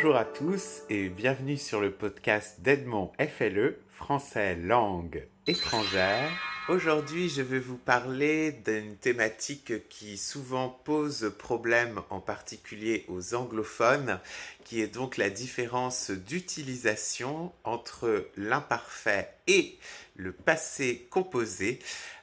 Bonjour à tous et bienvenue sur le podcast d'Edmond FLE, français langue étrangère. Aujourd'hui, je vais vous parler d'une thématique qui souvent pose problème, en particulier aux anglophones, qui est donc la différence d'utilisation entre l'imparfait et le passé composé.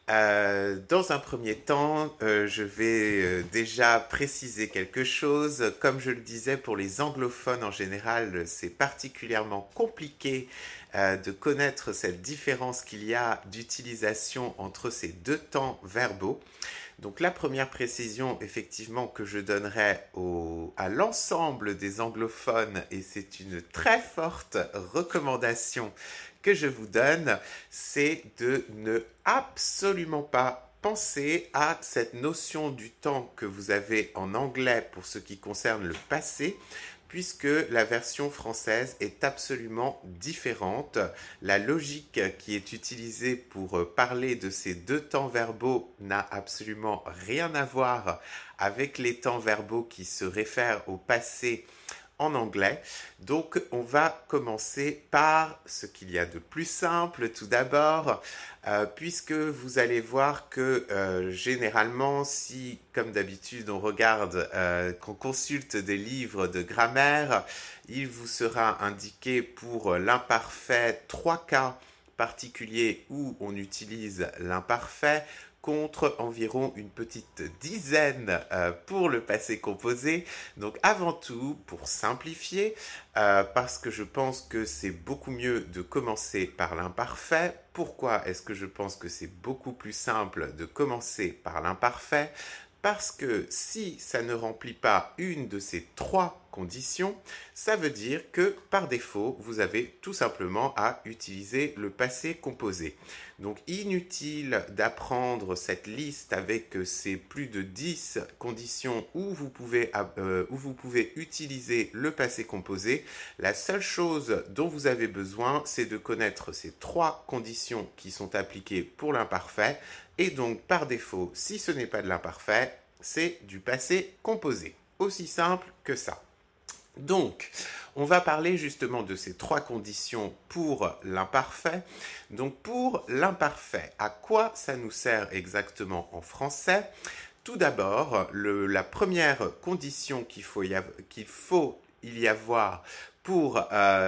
Dans un premier temps, je vais déjà préciser quelque chose. Comme je le disais, pour les anglophones en général, c'est particulièrement compliqué de connaître cette différence qu'il y a d'utilisation entre ces deux temps verbaux. Donc la première précision effectivement que je donnerai à l'ensemble des anglophones, et c'est une très forte recommandation que je vous donne, c'est de ne absolument pas penser à cette notion du temps que vous avez en anglais pour ce qui concerne le passé, puisque la version française est absolument différente. La logique qui est utilisée pour parler de ces deux temps verbaux n'a absolument rien à voir avec les temps verbaux qui se réfèrent au passé en anglais. Donc on va commencer par ce qu'il y a de plus simple tout d'abord, puisque vous allez voir que généralement, si comme d'habitude on regarde, qu'on consulte des livres de grammaire, il vous sera indiqué pour l'imparfait 3 cas particuliers où on utilise l'imparfait, contre environ une petite dizaine pour le passé composé. Donc avant tout, pour simplifier, parce que je pense que c'est beaucoup mieux de commencer par l'imparfait. Pourquoi est-ce que je pense que c'est beaucoup plus simple de commencer par l'imparfait ? Parce que si ça ne remplit pas une de ces 3 conditions, ça veut dire que par défaut, vous avez tout simplement à utiliser le passé composé. Donc inutile d'apprendre cette liste avec ces plus de 10 conditions où vous pouvez utiliser le passé composé. La seule chose dont vous avez besoin, c'est de connaître ces 3 conditions qui sont appliquées pour l'imparfait. Et donc, par défaut, si ce n'est pas de l'imparfait, c'est du passé composé. Aussi simple que ça. Donc, on va parler justement de ces 3 conditions pour l'imparfait. Donc, pour l'imparfait, à quoi ça nous sert exactement en français ? Tout d'abord, la première condition qu'il faut y avoir pour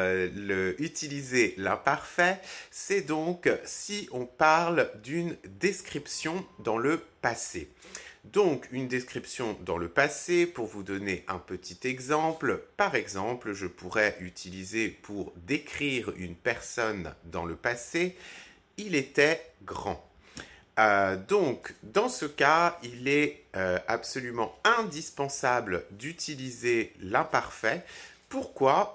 utiliser l'imparfait, c'est donc si on parle d'une description dans le passé. Donc, une description dans le passé, pour vous donner un petit exemple, par exemple, je pourrais utiliser pour décrire une personne dans le passé, il était grand. Donc, dans ce cas, il est absolument indispensable d'utiliser l'imparfait. Pourquoi ?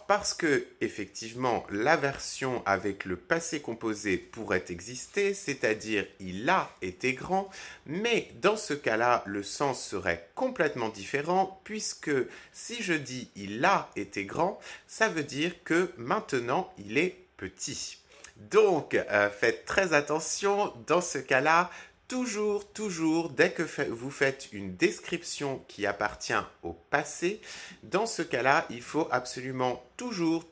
Parce que, effectivement, la version avec le passé composé pourrait exister, c'est-à-dire il a été grand, mais dans ce cas-là, le sens serait complètement différent, puisque si je dis il a été grand, ça veut dire que maintenant il est petit. Donc, faites très attention dans ce cas-là. Toujours, dès que vous faites une description qui appartient au passé, dans ce cas-là, il faut absolument toujours,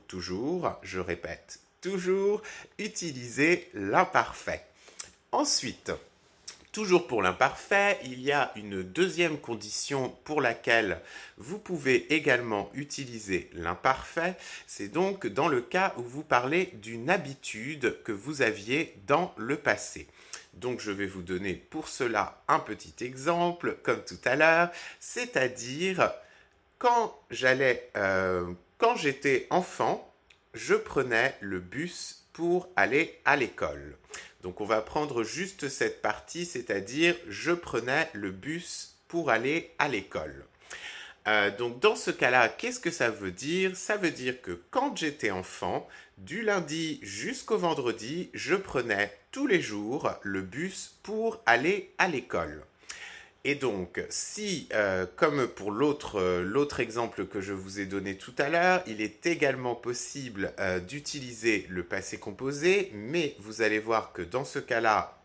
je répète, toujours utiliser l'imparfait. Ensuite, toujours pour l'imparfait, il y a une deuxième condition pour laquelle vous pouvez également utiliser l'imparfait. C'est donc dans le cas où vous parlez d'une habitude que vous aviez dans le passé. Donc je vais vous donner pour cela un petit exemple, comme tout à l'heure, c'est-à-dire quand j'étais enfant, je prenais le bus pour aller à l'école. Donc on va prendre juste cette partie, c'est-à-dire je prenais le bus pour aller à l'école. Donc dans ce cas-là, qu'est-ce que ça veut dire ? Ça veut dire que quand j'étais enfant, du lundi jusqu'au vendredi, je prenais tous les jours le bus pour aller à l'école. Et donc, si, comme pour l'autre exemple que je vous ai donné tout à l'heure, il est également possible d'utiliser le passé composé, mais vous allez voir que dans ce cas-là,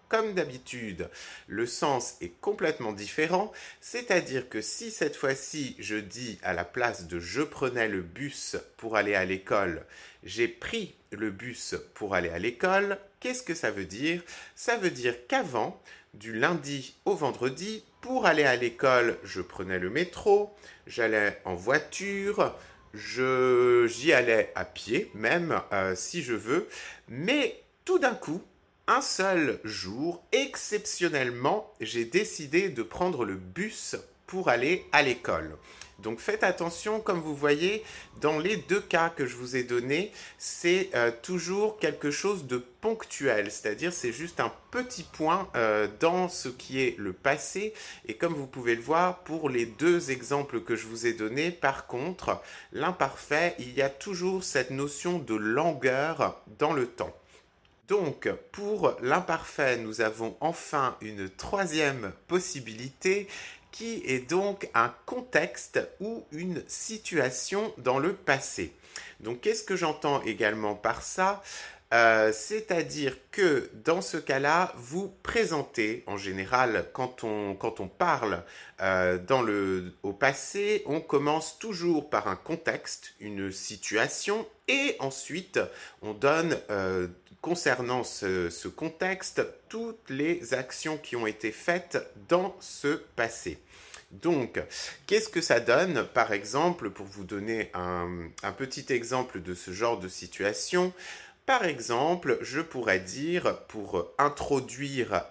comme d'habitude, le sens est complètement différent, c'est-à-dire que si cette fois-ci je dis à la place de je prenais le bus pour aller à l'école, j'ai pris le bus pour aller à l'école, qu'est-ce que ça veut dire? Ça veut dire qu'avant, du lundi au vendredi, pour aller à l'école, je prenais le métro, j'allais en voiture, j'y allais à pied, même si je veux, mais tout d'un coup, un seul jour, exceptionnellement, j'ai décidé de prendre le bus pour aller à l'école. Donc faites attention, comme vous voyez, dans les deux cas que je vous ai donnés, c'est toujours quelque chose de ponctuel, c'est-à-dire c'est juste un petit point dans ce qui est le passé. Et comme vous pouvez le voir, pour les deux exemples que je vous ai donnés, par contre, l'imparfait, il y a toujours cette notion de longueur dans le temps. Donc, pour l'imparfait, nous avons enfin une troisième possibilité qui est donc un contexte ou une situation dans le passé. Donc, qu'est-ce que j'entends également par ça? C'est-à-dire que dans ce cas-là, vous présentez, en général, quand on parle au passé, on commence toujours par un contexte, une situation, et ensuite on donne, concernant ce contexte, toutes les actions qui ont été faites dans ce passé. Donc, qu'est-ce que ça donne, par exemple, pour vous donner un petit exemple de ce genre de situation? Par exemple, je pourrais dire, pour introduire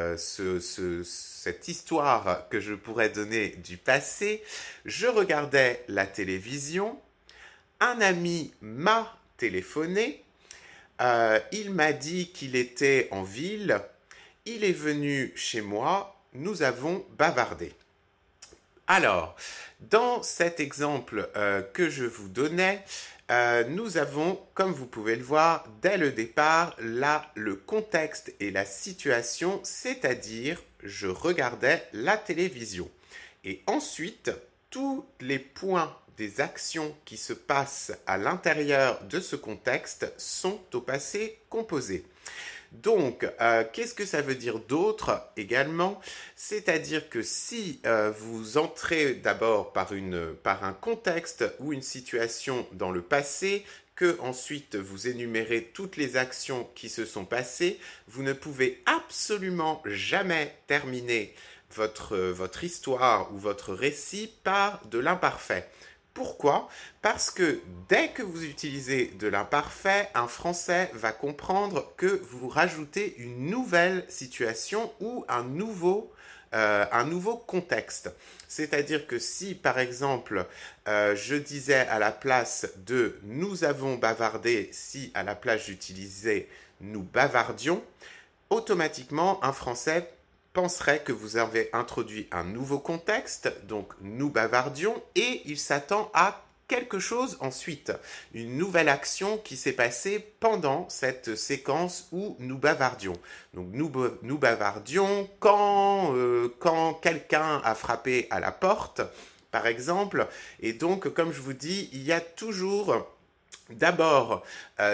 cette histoire que je pourrais donner du passé, je regardais la télévision, un ami m'a téléphoné, il m'a dit qu'il était en ville, il est venu chez moi, nous avons bavardé. Alors, dans cet exemple que je vous donnais, nous avons, comme vous pouvez le voir, dès le départ, là, le contexte et la situation, c'est-à-dire, je regardais la télévision. Et ensuite, tous les points des actions qui se passent à l'intérieur de ce contexte sont au passé composé. Donc, qu'est-ce que ça veut dire d'autre également? C'est-à-dire que si vous entrez d'abord par un contexte ou une situation dans le passé, que ensuite vous énumérez toutes les actions qui se sont passées, vous ne pouvez absolument jamais terminer votre histoire ou votre récit par de l'imparfait. Pourquoi? Parce que dès que vous utilisez de l'imparfait, un Français va comprendre que vous rajoutez une nouvelle situation ou un nouveau contexte. C'est-à-dire que si, par exemple, je disais à la place de nous avons bavardé, si à la place j'utilisais nous bavardions, automatiquement, un Français penserait que vous avez introduit un nouveau contexte, donc nous bavardions, et il s'attend à quelque chose ensuite, une nouvelle action qui s'est passée pendant cette séquence où nous bavardions. Donc nous bavardions quand quelqu'un a frappé à la porte, par exemple, et donc comme je vous dis, il y a toujours d'abord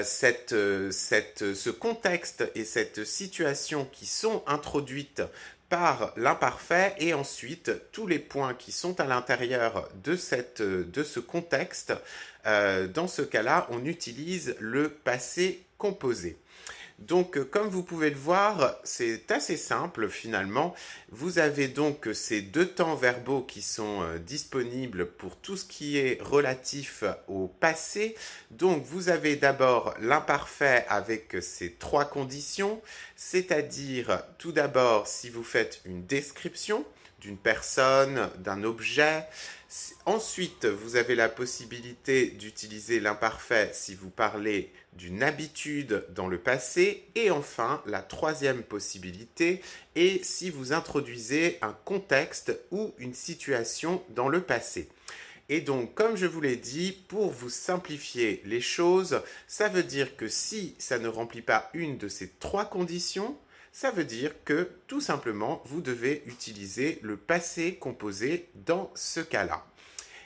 ce contexte et cette situation qui sont introduites par l'imparfait et ensuite tous les points qui sont à l'intérieur de ce contexte. Dans ce cas-là, on utilise le passé composé. Donc, comme vous pouvez le voir, c'est assez simple finalement. Vous avez donc ces deux temps verbaux qui sont disponibles pour tout ce qui est relatif au passé. Donc, vous avez d'abord l'imparfait avec ces trois conditions, c'est-à-dire tout d'abord si vous faites une description d'une personne, d'un objet. Ensuite, vous avez la possibilité d'utiliser l'imparfait si vous parlez d'une habitude dans le passé. Et enfin, la troisième possibilité est si vous introduisez un contexte ou une situation dans le passé. Et donc, comme je vous l'ai dit, pour vous simplifier les choses, ça veut dire que si ça ne remplit pas une de ces trois conditions, ça veut dire que tout simplement, vous devez utiliser le passé composé dans ce cas-là.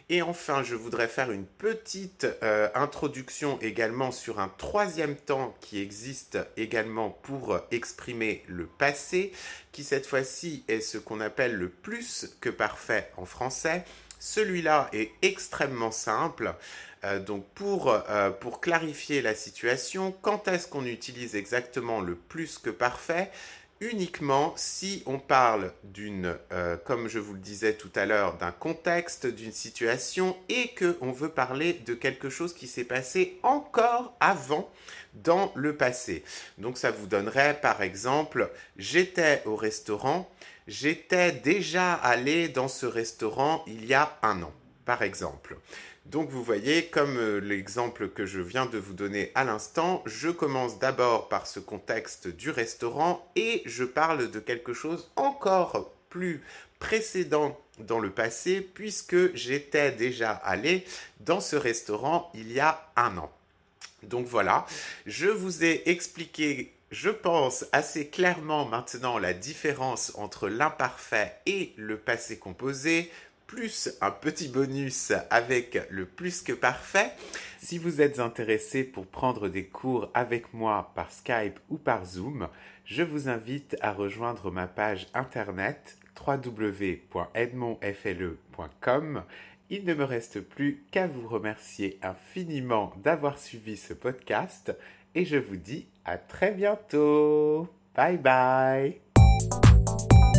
Et enfin, je voudrais faire une petite introduction également sur un troisième temps qui existe également pour exprimer le passé, qui cette fois-ci est ce qu'on appelle le plus que parfait en français. Celui-là est extrêmement simple. Donc pour clarifier la situation, quand est-ce qu'on utilise exactement le plus que parfait? Uniquement si on parle comme je vous le disais tout à l'heure, d'un contexte, d'une situation et qu'on veut parler de quelque chose qui s'est passé encore avant dans le passé. Donc ça vous donnerait par exemple, j'étais au restaurant, j'étais déjà allé dans ce restaurant il y a un an, par exemple. Donc vous voyez, comme l'exemple que je viens de vous donner à l'instant, je commence d'abord par ce contexte du restaurant et je parle de quelque chose encore plus précédent dans le passé puisque j'étais déjà allé dans ce restaurant il y a un an. Donc voilà, je vous ai expliqué, je pense, assez clairement maintenant la différence entre l'imparfait et le passé composé, plus un petit bonus avec le plus que parfait. Si vous êtes intéressé pour prendre des cours avec moi par Skype ou par Zoom, je vous invite à rejoindre ma page internet www.edmondfle.com. Il ne me reste plus qu'à vous remercier infiniment d'avoir suivi ce podcast et je vous dis à très bientôt. Bye bye.